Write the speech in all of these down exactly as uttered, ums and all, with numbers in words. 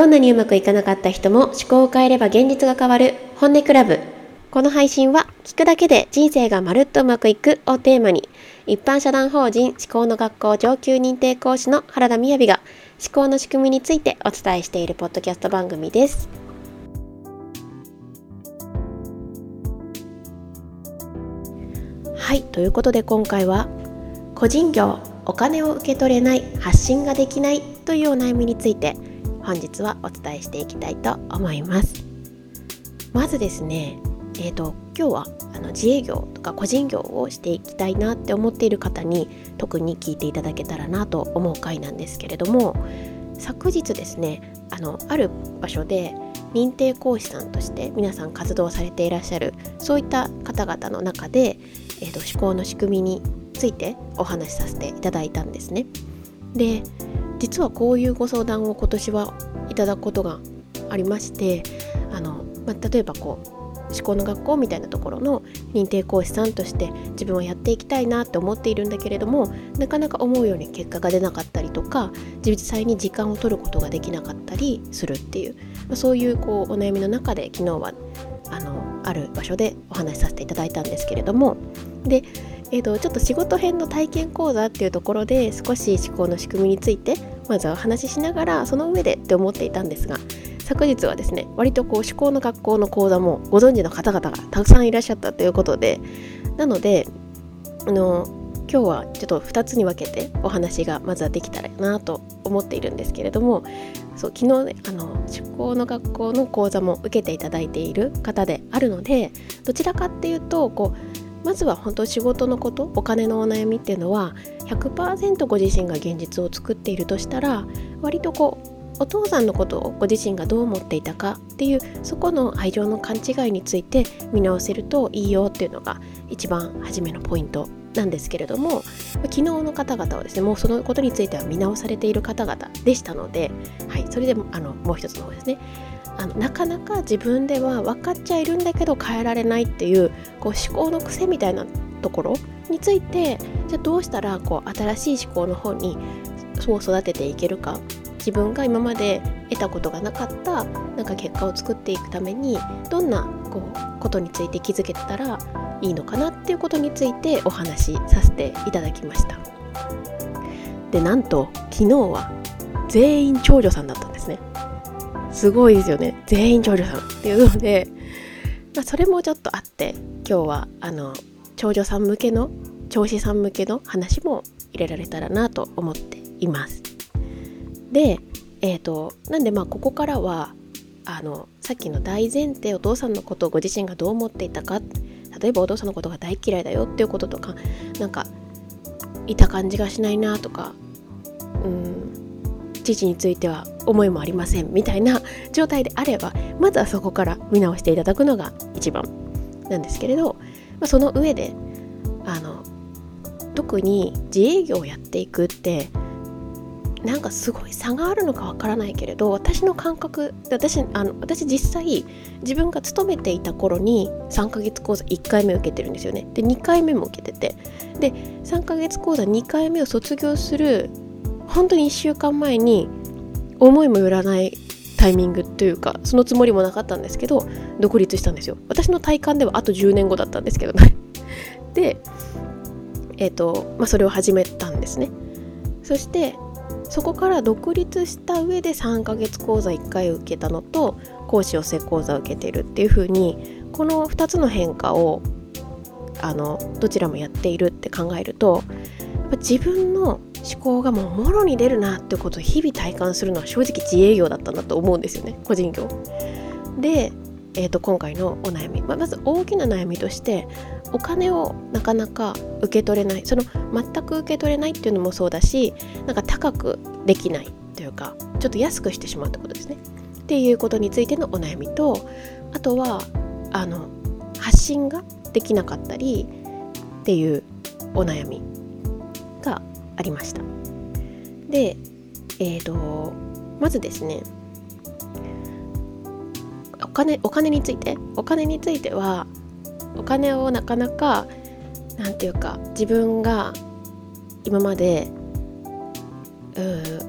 どんなにうまくいかなかった人も思考を変えれば現実が変わる本音クラブ。この配信は聞くだけで人生がまるっとうまくいくをテーマに、一般社団法人思考の学校上級認定講師の原田みやびが思考の仕組みについてお伝えしているポッドキャスト番組です。はい、ということで今回は個人業、お金を受け取れない、発信ができないというお悩みについて本日はお伝えしていきたいと思います。まずですね、えーと、今日はあの自営業とか個人業をしていきたいなって思っている方に特に聞いていただけたらなと思う回なんですけれども、昨日ですね、あのある場所で認定講師さんとして皆さん活動されていらっしゃるそういった方々の中で、えーと、思考の仕組みについてお話しさせていただいたんですね。で、実はこういうご相談を今年はいただくことがありまして、あの、まあ、例えばこう思考の学校みたいなところの認定講師さんとして自分はやっていきたいなって思っているんだけれども、なかなか思うように結果が出なかったりとか、実際に時間を取ることができなかったりするっていう、まあ、そういうこうお悩みの中で昨日はあのある場所でお話しさせていただいたんですけれども、で、えーと、ちょっと仕事編の体験講座っていうところで少し思考の仕組みについてまずはお話ししながら、その上でって思っていたんですが、昨日はですね、割とこう思考の学校の講座もご存知の方々がたくさんいらっしゃったということで、なのであの今日はちょっとふたつに分けてお話がまずはできたらなと思っているんですけれども、そう昨日ね、あの思考の学校の講座も受けていただいている方であるので、どちらかっていうとこうまずは本当仕事のこと、お金のお悩みっていうのは ひゃくパーセント ご自身が現実を作っているとしたら、割とこうお父さんのことをご自身がどう思っていたかっていう、そこの愛情の勘違いについて見直せるといいよっていうのが一番初めのポイントなんですけれども、昨日の方々はですね、もうそのことについては見直されている方々でしたので、はい、それであのもう一つの方ですね、あのなかなか自分では分かっちゃいるんだけど変えられないっていうこう思考の癖みたいなところについて、じゃあどうしたらこう新しい思考の方にそう育てていけるか、自分が今まで得たことがなかったなんか結果を作っていくためにどんなこうことについて気づけたらいいのかなっていうことについてお話しさせていただきました。で、なんと昨日は全員長女さんだったんですね。すごいですよね、全員長女さんっていうので、まあ、それもちょっとあって今日はあの長女さん向けの長子さん向けの話も入れられたらなと思っています。で、えーと、なんでまあここからはあのさっきの大前提、お父さんのことをご自身がどう思っていたか、例えばお父さんのことが大嫌いだよっていうこととか、なんかいた感じがしないなとか、うーん父については思いもありませんみたいな状態であれば、まずはそこから見直していただくのが一番なんですけれど、まあ、その上であの特に自営業をやっていくってなんかすごい差があるのかわからないけれど、私の感覚で 私, あの私実際自分が勤めていた頃にさんかげつ講座いっかいめ受けてるんですよね。でにかいめも受けてて、でさんかげつ講座にかいめを卒業する本当にいっしゅうかんまえに思いもよらないタイミングというか、そのつもりもなかったんですけど独立したんですよ。私の体感ではあとじゅうねんごだったんですけどねで、えーとまあ、それを始めたんですね。そしてそこから独立した上でさんかげつ講座いっかい受けたのと講師養成講座を受けているっていう風に、このふたつの変化をあのどちらもやっているって考えると、やっぱ自分の思考がもうもろに出るなってことを日々体感するのは正直自営業だったんだと思うんですよね、個人業で。えーと、今回のお悩み、まあ、まず大きな悩みとしてお金をなかなか受け取れない、その全く受け取れないっていうのもそうだし、なんか高くできないというかちょっと安くしてしまうってことですねっていうことについてのお悩みと、あとはあの発信ができなかったりっていうお悩みがありました。で、えーとまずですね、お金、お金についてお金についてはお金をなかなかなんていうか自分が今までう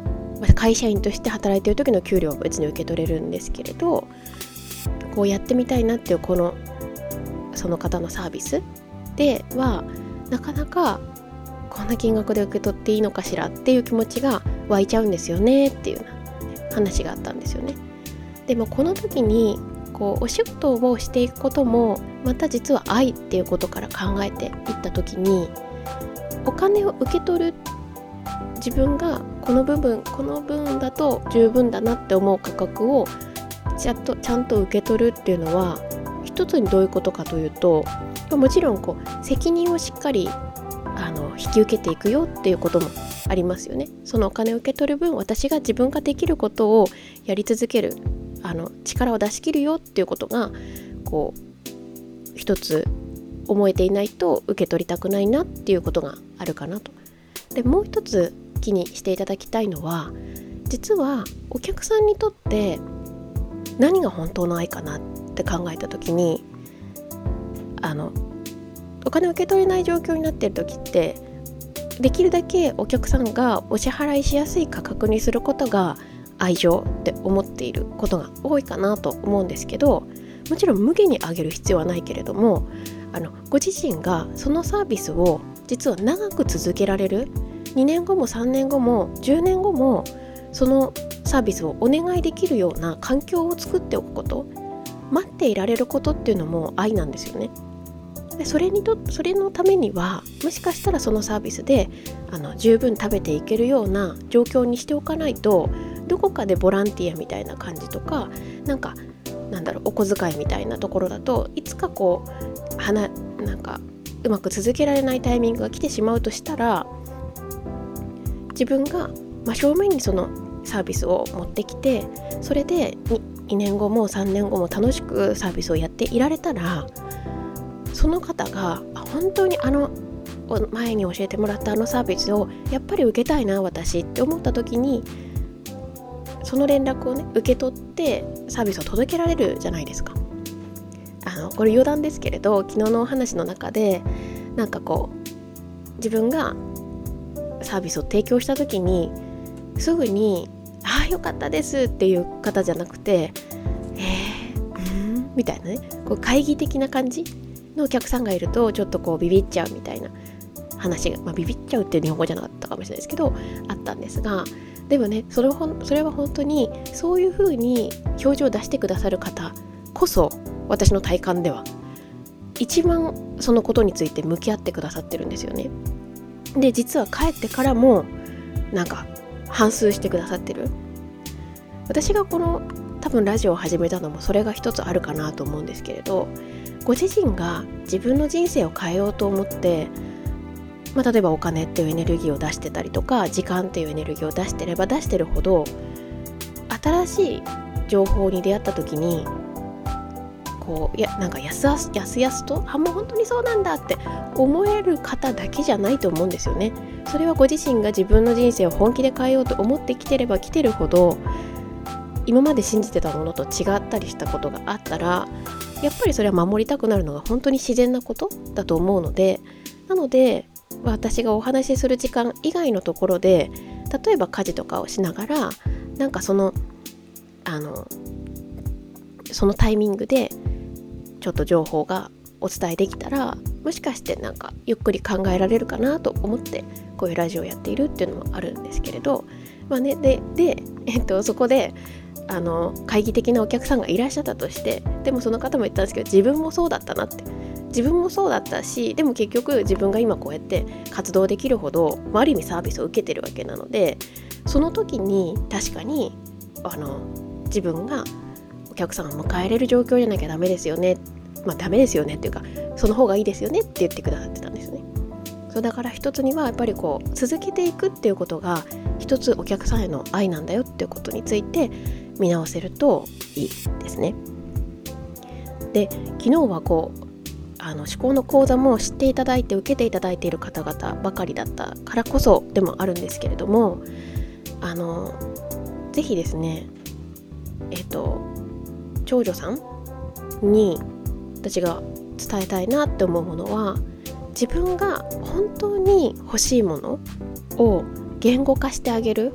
会社員として働いている時の給料は別に受け取れるんですけれど、こうやってみたいなっていうこのその方のサービスではなかなかこんな金額で受け取っていいのかしらっていう気持ちが湧いちゃうんですよねっていう話があったんですよね。でもこの時にこうお仕事をしていくこともまた実は愛っていうことから考えていった時に、お金を受け取る自分がこの部分この分だと十分だなって思う価格をちゃんとちゃんと受け取るっていうのは一つにどういうことかというと、もちろんこう責任をしっかりあの引き受けていくよっていうこともありますよね。そのお金を受け取る分、私が自分ができることをやり続ける、あの力を出し切るよっていうことがこう一つ思えていないと受け取りたくないなっていうことがあるかなと。でもう一つ気にしていただきたいのは、実はお客さんにとって何が本当の愛かなって考えた時に、あのお金を受け取れない状況になっている時って、できるだけお客さんがお支払いしやすい価格にすることが愛情って思っていることが多いかなと思うんですけど、もちろん無限に上げる必要はないけれども、あのご自身がそのサービスを実は長く続けられる、にねんごもさんねんごもじゅうねんごもそのサービスをお願いできるような環境を作っておくこと、待っていられることっていうのも愛なんですよね。でそれにとそれのためには、もしかしたらそのサービスであの十分食べていけるような状況にしておかないと、どこかでボランティアみたいな感じとか、なんかなんだろうお小遣いみたいなところだと、いつかこうはななんかうまく続けられないタイミングが来てしまうとしたら、自分が真正面にそのサービスを持ってきて、それで に, にねんごもさんねんごも楽しくサービスをやっていられたら、その方が本当にあの前に教えてもらったあのサービスをやっぱり受けたいな私って思った時に、その連絡をね受け取ってサービスを届けられるじゃないですか。あのこれ余談ですけれど、昨日のお話の中でなんかこう自分がサービスを提供した時にすぐにああよかったですっていう方じゃなくて、えー、うんみたいなね、こう懐疑的な感じのお客さんがいるとちょっとこうビビっちゃうみたいな話が、まあ、ビビっちゃうっていう日本語じゃなかったかもしれないですけどあったんですが、でもねそれほんそれは本当にそういう風に表情を出してくださる方こそ、私の体感では一番そのことについて向き合ってくださってるんですよね。で実は帰ってからもなんか反芻してくださってる。私がこの多分ラジオを始めたのもそれが一つあるかなと思うんですけれど、ご自身が自分の人生を変えようと思って、まあ、例えばお金っていうエネルギーを出してたりとか、時間っていうエネルギーを出してれば出してるほど、新しい情報に出会った時にこういやなんかやすやすやすやすとあもう本当にそうなんだって思える方だけじゃないと思うんですよね。それはご自身が自分の人生を本気で変えようと思ってきてれば来てるほど、今まで信じてたものと違ったりしたことがあったら、やっぱりそれは守りたくなるのが本当に自然なことだと思うので、なので私がお話しする時間以外のところで、例えば家事とかをしながらなんかそのあのそのタイミングでちょっと情報がお伝えできたら、もしかしてなんかゆっくり考えられるかなと思ってこういうラジオをやっているっていうのもあるんですけれど、まあね、で、で、えっと、そこであの懐疑的なお客さんがいらっしゃったとして、でもその方も言ったんですけど、自分もそうだったなって、自分もそうだったし、でも結局自分が今こうやって活動できるほど、まあ、ある意味サービスを受けてるわけなので、その時に確かにあの自分がお客さんを迎えれる状況じゃなきゃダメですよね、まあダメですよねっていうか、その方がいいですよねって言ってくださってたんですね。そうだから一つにはやっぱりこう続けていくっていうことが一つお客さんへの愛なんだよっていうことについて見直せるといいですね。で、昨日はこうあの思考の講座も知っていただいて受けていただいている方々ばかりだったからこそでもあるんですけれども、あのぜひですね、えっと長女さんに私が伝えたいなって思うものは、自分が本当に欲しいものを言語化してあげる。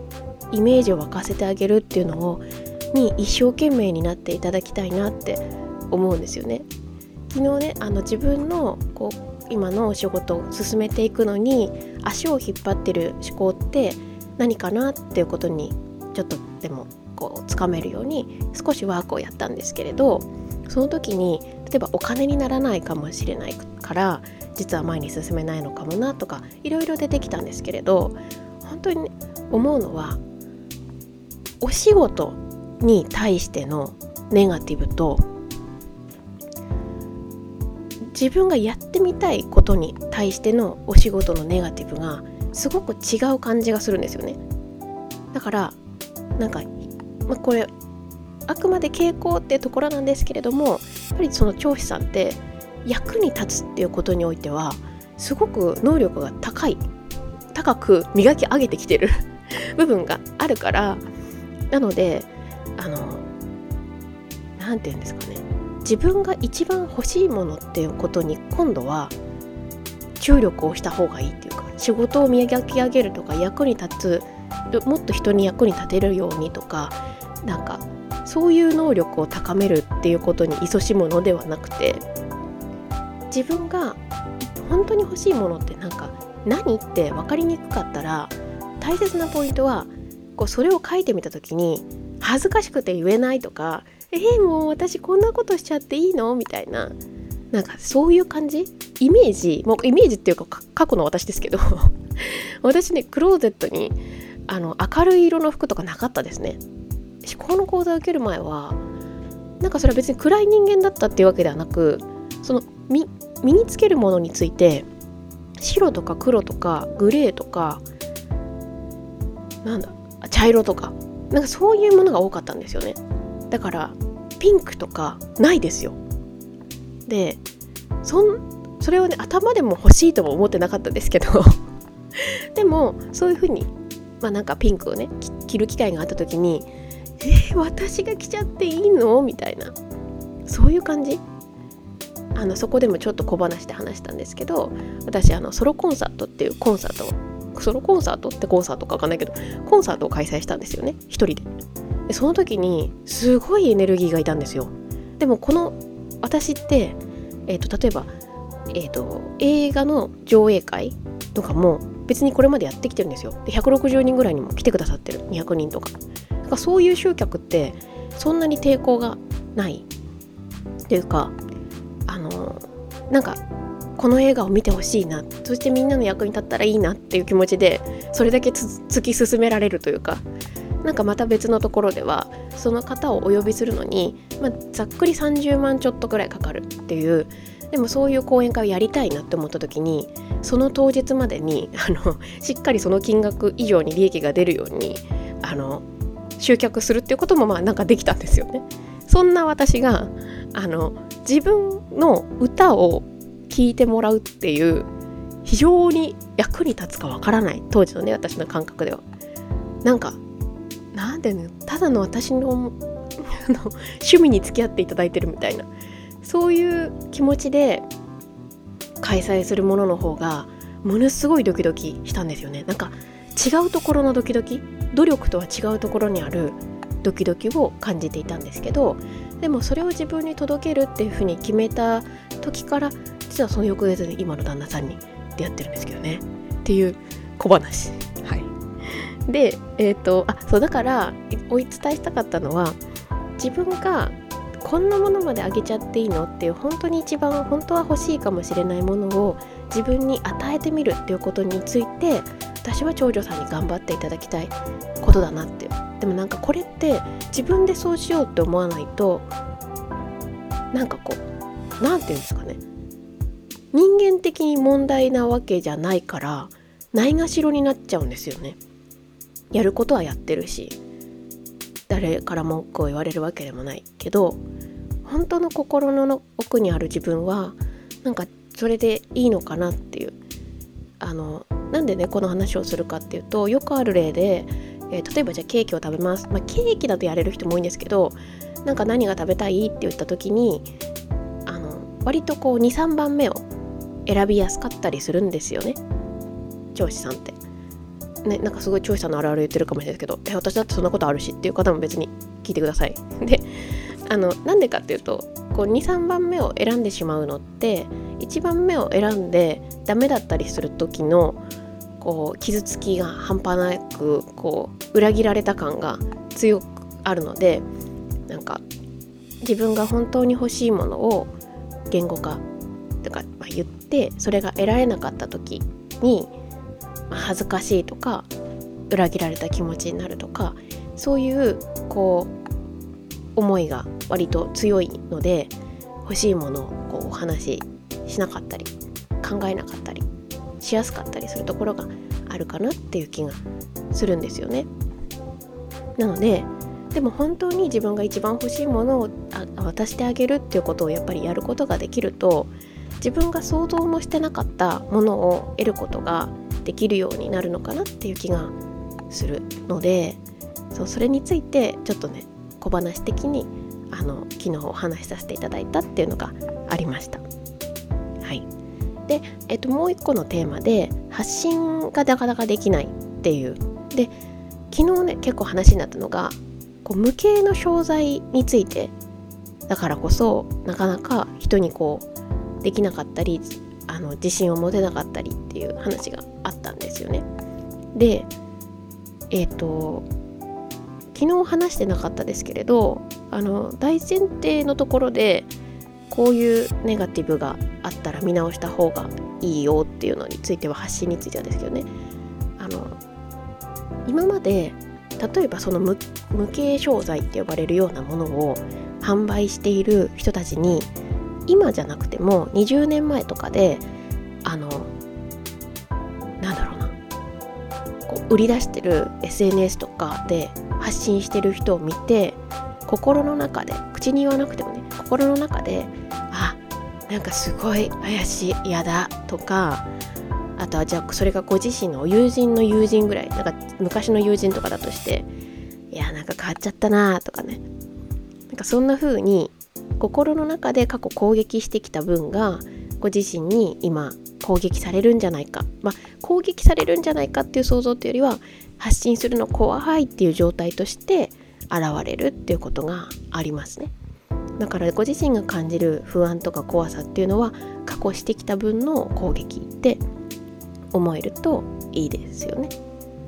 イメージを沸かせてあげるっていうのをに一生懸命になっていただきたいなって思うんですよね。昨日ね、あの自分のこう今のお仕事を進めていくのに足を引っ張ってる思考って何かなっていうことにちょっとでもこうつかめるように少しワークをやったんですけれど、その時に例えばお金にならないかもしれないから実は前に進めないのかもなとかいろいろ出てきたんですけれど、本当に思うのはお仕事に対してのネガティブと自分がやってみたいことに対してのお仕事のネガティブがすごく違う感じがするんですよね。だからなんか、まあ、これあくまで傾向っていうところなんですけれども、やっぱりその教師さんって役に立つっていうことにおいてはすごく能力が高い高く磨き上げてきてる部分があるから、なのであのなんていうんですかね、自分が一番欲しいものっていうことに今度は注力をした方がいいっていうか、仕事を磨き上げるとか役に立つ、もっと人に役に立てるようにとか、なんかそういう能力を高めるっていうことに勤しむのではなくて、自分が本当に欲しいものってなんか何って分かりにくかったら、大切なポイントはこうそれを書いてみた時に恥ずかしくて言えないとか、えー、もう私こんなことしちゃっていいのみたいな、なんかそういう感じ、イメージ、もうイメージっていうか過去の私ですけど私ね、クローゼットにあの明るい色の服とかなかったですね。思考の講座を受ける前はなんかそれは別に暗い人間だったっていうわけではなく、その身につけるものについて白とか黒とかグレーとかなんだ茶色とかなんかそういうものが多かったんですよね。だからピンクとかないですよ。で そ, んそれをね頭でも欲しいとも思ってなかったですけどでもそういう風にまあなんかピンクをね着る機会があった時に、えー、私が着ちゃっていいのみたいな、そういう感じ。あのそこでもちょっと小話で話したんですけど、私あのソロコンサートっていうコンサートをソロコンサートってコンサートか分かんないけどコンサートを開催したんですよね、一人で。でその時にすごいエネルギーがいたんですよ。でもこの私って、えー、と例えば、えー、と映画の上映会とかも別にこれまでやってきてるんですよ。でひゃくろくじゅうにんぐらいにも来てくださってる、にひゃくにんとか。だからそういう集客ってそんなに抵抗がないっていうか、あのなんかこの映画を見てほしいな、そしてみんなの役に立ったらいいなっていう気持ちでそれだけつ突き進められるというか、なんかまた別のところではその方をお呼びするのに、まあ、ざっくりさんじゅうまんちょっとくらいかかるっていう、でもそういう講演会をやりたいなって思った時に、その当日までにあのしっかりその金額以上に利益が出るようにあの集客するっていうこともまあなんかできたんですよね。そんな私があの自分の歌を聴いてもらうっていう非常に役に立つかわからない当時のね私の感覚では、なんかなんでね、ただの私の趣味に付き合っていただいてるみたいな、そういう気持ちで開催するものの方がものすごいドキドキしたんですよね。なんか違うところのドキドキ、努力とは違うところにあるドキドキを感じていたんですけど、でもそれを自分に届けるっていうふうに決めた時から実はその翌月に今の旦那さんに出会ってるんですけどねっていう小話。はいで、えーと、あ、そうだからお伝えしたかったのは、自分がこんなものまであげちゃっていいのっていう、本当に一番本当は欲しいかもしれないものを自分に与えてみるっていうことについて、私は長女さんに頑張っていただきたいことだなって。でもなんかこれって自分でそうしようって思わないと、なんかこうなんていうんですかね、人間的に問題なわけじゃないからないがしろになっちゃうんですよね。やることはやってるし誰から文句を言われるわけでもないけど、本当の心の奥にある自分はなんかそれでいいのかなっていう、あのなんでねこの話をするかっていうと、よくある例で、えー、例えばじゃあケーキを食べます、まあ、ケーキだとやれる人も多いんですけど、なんか何が食べたいって言った時にあの割とこう に,さん 番目を選びやすかったりするんですよね、上司さんって。 ね、なんかすごい調査のあるある言ってるかもしれないですけど、え私だってそんなことあるしっていう方も別に聞いてください。で、あのなんでかっていうと、こうにさんばんめを選んでしまうのって、いちばんめを選んでダメだったりする時のこう傷つきが半端なく、こう裏切られた感が強くあるので、なんか自分が本当に欲しいものを言語化とか、まあ、言って、それが得られなかった時に、まあ、恥ずかしいとか裏切られた気持ちになるとか、そういうこう思いが割と強いので、欲しいものをこうお話ししなかったり考えなかったりしやすかったりするところがあるかなっていう気がするんですよね。なので、でも本当に自分が一番欲しいものを渡してあげるっていうことをやっぱりやることができると、自分が想像もしてなかったものを得ることができるようになるのかなっていう気がするので、そう、それについてちょっとね、小話的にあの昨日お話しさせていただいたっていうのがありました。はい。で、えっと、もう一個のテーマで、発信がなかなかできないっていう。で、昨日ね結構話になったのが、こう無形の商材についてだからこそ、なかなか人にこうできなかったり、あの自信を持てなかったりっていう話があったんですよね。で、えっと昨日話してなかったですけれど、あの大前提のところで、こういうネガティブがあったら見直した方がいいよっていうのについては、発信についてはですけどね、あの今まで例えばその 無, 無形商材って呼ばれるようなものを販売している人たちに、今じゃなくてもにじゅうねんまえとかで、あのなんだろうな、こう売り出してる エスエヌエス とかで発信してる人を見て、心の中で、口に言わなくてもね、心の中で、あ、なんかすごい怪しい、嫌だとか、あとはじゃあそれがご自身の友人の友人ぐらい、なんか昔の友人とかだとして、いやなんか変わっちゃったなとかね、なんかそんな風に心の中で過去攻撃してきた分がご自身に今攻撃されるんじゃないか、まあ攻撃されるんじゃないかっていう想像っていうよりは、発信するの怖いっていう状態として現れるっていうことがありますね。だからご自身が感じる不安とか怖さっていうのは、過去してきた分の攻撃って思えるといいですよね。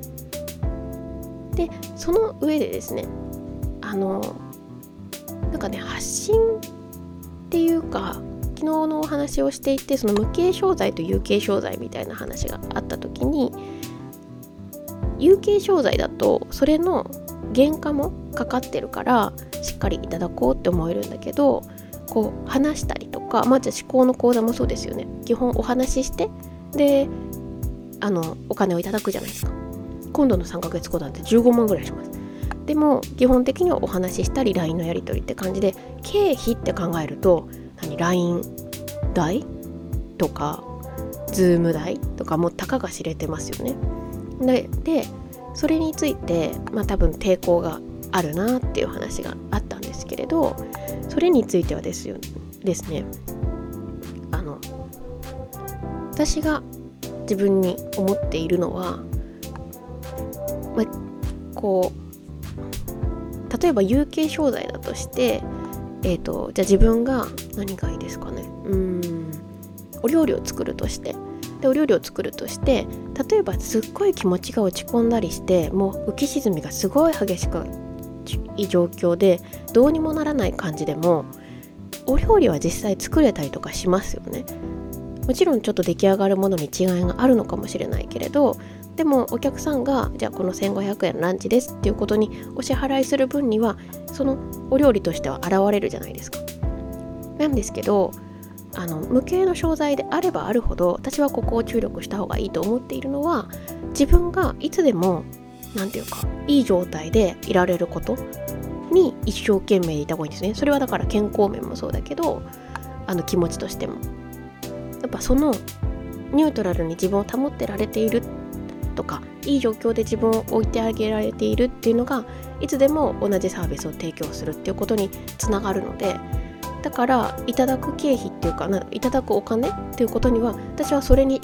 で、その上でですね、あのなんかね、発信っていうか、昨日のお話をしていて、その無形商材と有形商材みたいな話があった時に、有形商材だとそれの原価もかかってるからしっかりいただこうって思えるんだけど、こう話したりとか、まあじゃあ思考の講座もそうですよね。基本お話しして、であのお金をいただくじゃないですか。今度のさんかげつ講座ってじゅうごまんぐらいします。でも基本的にはお話ししたり ライン のやり取りって感じで、経費って考えると何 ライン 代とか Zoom 代とかもうたかが知れてますよね。で, でそれについて、まあ、多分抵抗があるなっていう話があったんですけれど、それについてはですよですね、あの私が自分に思っているのは、まあ、こう例えば有形商材だとして、えーと、じゃあ自分が何がいいですかね、うーんお料理を作るとして、でお料理を作るとして例えばすっごい気持ちが落ち込んだりして、もう浮き沈みがすごい激しくいい状況でどうにもならない感じでも、お料理は実際作れたりとかしますよね。もちろんちょっと出来上がるものに違いがあるのかもしれないけれど、でもお客さんがじゃあこのせんごひゃくえんランチですっていうことにお支払いする分には、そのお料理としては現れるじゃないですか。なんですけど、あの無形の商材であればあるほど、私はここを注力した方がいいと思っているのは、自分がいつでもなんていうかいい状態でいられることに一生懸命いた方がいいんですね。それはだから健康面もそうだけど、あの気持ちとしてもやっぱそのニュートラルに自分を保ってられているとか、いい状況で自分を置いてあげられているっていうのが、いつでも同じサービスを提供するっていうことにつながるので、だからいただく経費っていうかな、いただくお金っていうことには、私はそれに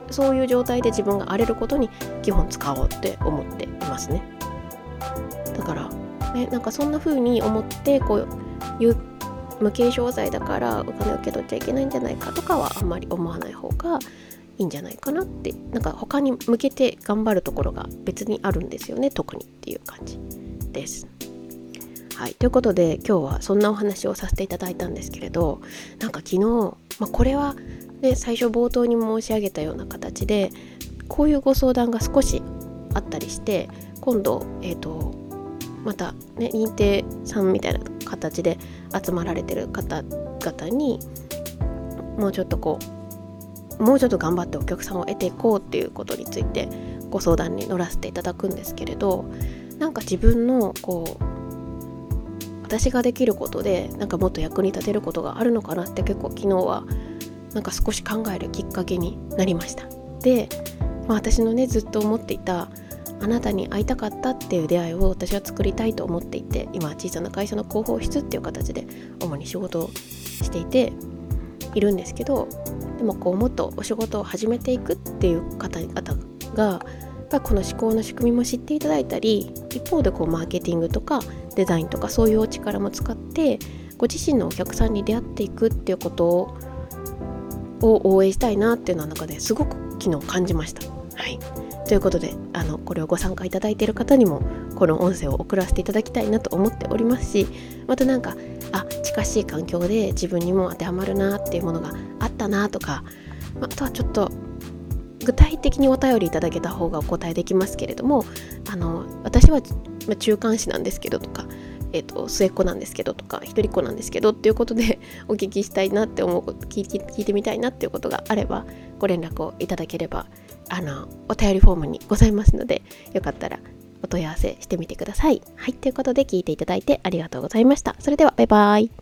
そういう状態で自分が荒れることに基本使おうって思っていますね。だからね、なんかそんな風に思ってこういう無形商材だからお金を受け取っちゃいけないんじゃないかとかはあんまり思わない方がいいんじゃないかなって、なんか他に向けて頑張るところが別にあるんですよね、特にっていう感じです。はい、ということで今日はそんなお話をさせていただいたんですけれど、なんか昨日、まあ、これは、ね、最初冒頭に申し上げたような形でこういうご相談が少しあったりして、今度、えーと、また、ね、認定さんみたいな形で集まられてる方々にもうちょっとこうもうちょっと頑張ってお客さんを得ていこうっていうことについてご相談に乗らせていただくんですけれど、なんか自分のこう私ができることでなんかもっと役に立てることがあるのかなって結構昨日はなんか少し考えるきっかけになりました。で、まあ、私のねずっと思っていたあなたに会いたかったっていう出会いを私は作りたいと思っていて、今小さな会社の広報室っていう形で主に仕事をしていているんですけど、でもこうもっとお仕事を始めていくっていう方々がやっぱこの思考の仕組みも知っていただいたり、一方でこうマーケティングとかデザインとかそういうお力も使ってご自身のお客さんに出会っていくっていうことを応援したいなっていうのは中ですごく昨日感じました。はい、ということであのこれをご参加いただいている方にもこの音声を送らせていただきたいなと思っておりますし、またなんかあ近しい環境で自分にも当てはまるなっていうものがあったなとか、あとはちょっと具体的にお便りいただけた方がお答えできますけれども、あの私は中間子なんですけどとか、えーと、末っ子なんですけどとか一人っ子なんですけどっていうことでお聞きしたいなって思うこと聞いて、聞いてみたいなっていうことがあればご連絡をいただければあのお便りフォームにございますので、よかったらお問い合わせしてみてください。はい、ということで聞いていただいてありがとうございました。それではバイバイ。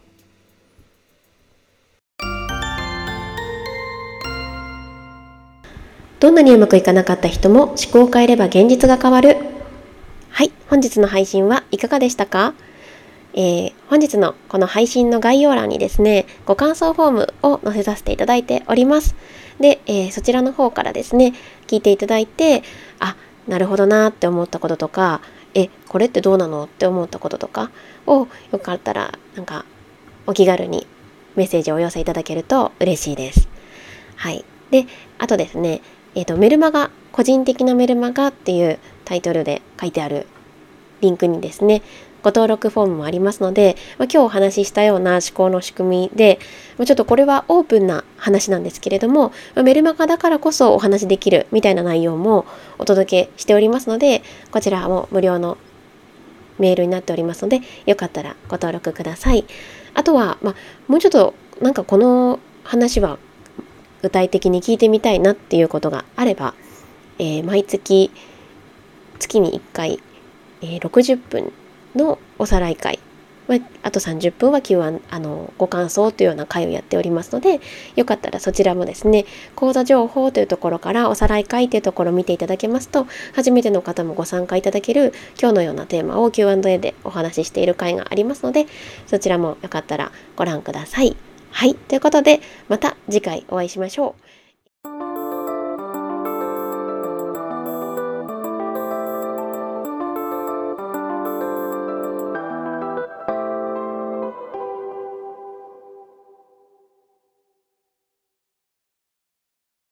どんなにうまくいかなかった人も思考を変えれば現実が変わる。はい、本日の配信はいかがでしたか？えー、本日のこの配信の概要欄にですね、ご感想フォームを載せさせていただいております。で、えー、そちらの方からですね、聞いていただいて、あ、なるほどなって思ったこととか、え、これってどうなのって思ったこととかをよかったらなんかお気軽にメッセージをお寄せいただけると嬉しいです。はい。で、あとですね、えーと、メルマガ、個人的なメルマガっていうタイトルで書いてあるリンクにですね、ご登録フォームもありますので、まあ、今日お話ししたような思考の仕組みで、まあ、ちょっとこれはオープンな話なんですけれども、まあ、メルマガだからこそお話しできるみたいな内容もお届けしておりますので、こちらも無料のメールになっておりますので、よかったらご登録ください。あとは、まあ、もうちょっとなんかこの話は具体的に聞いてみたいなっていうことがあれば、えー、毎月月にいっかい、えー、ろくじゅっぷんのおさらい会、まあ、あとさんじゅっぷんは Q&A あのご感想というような会をやっておりますので、よかったらそちらもですね、講座情報というところからおさらい会というところを見ていただけますと、初めての方もご参加いただける今日のようなテーマを キューアンドエー でお話ししている会がありますので、そちらもよかったらご覧ください。はい、ということでまた次回お会いしましょう。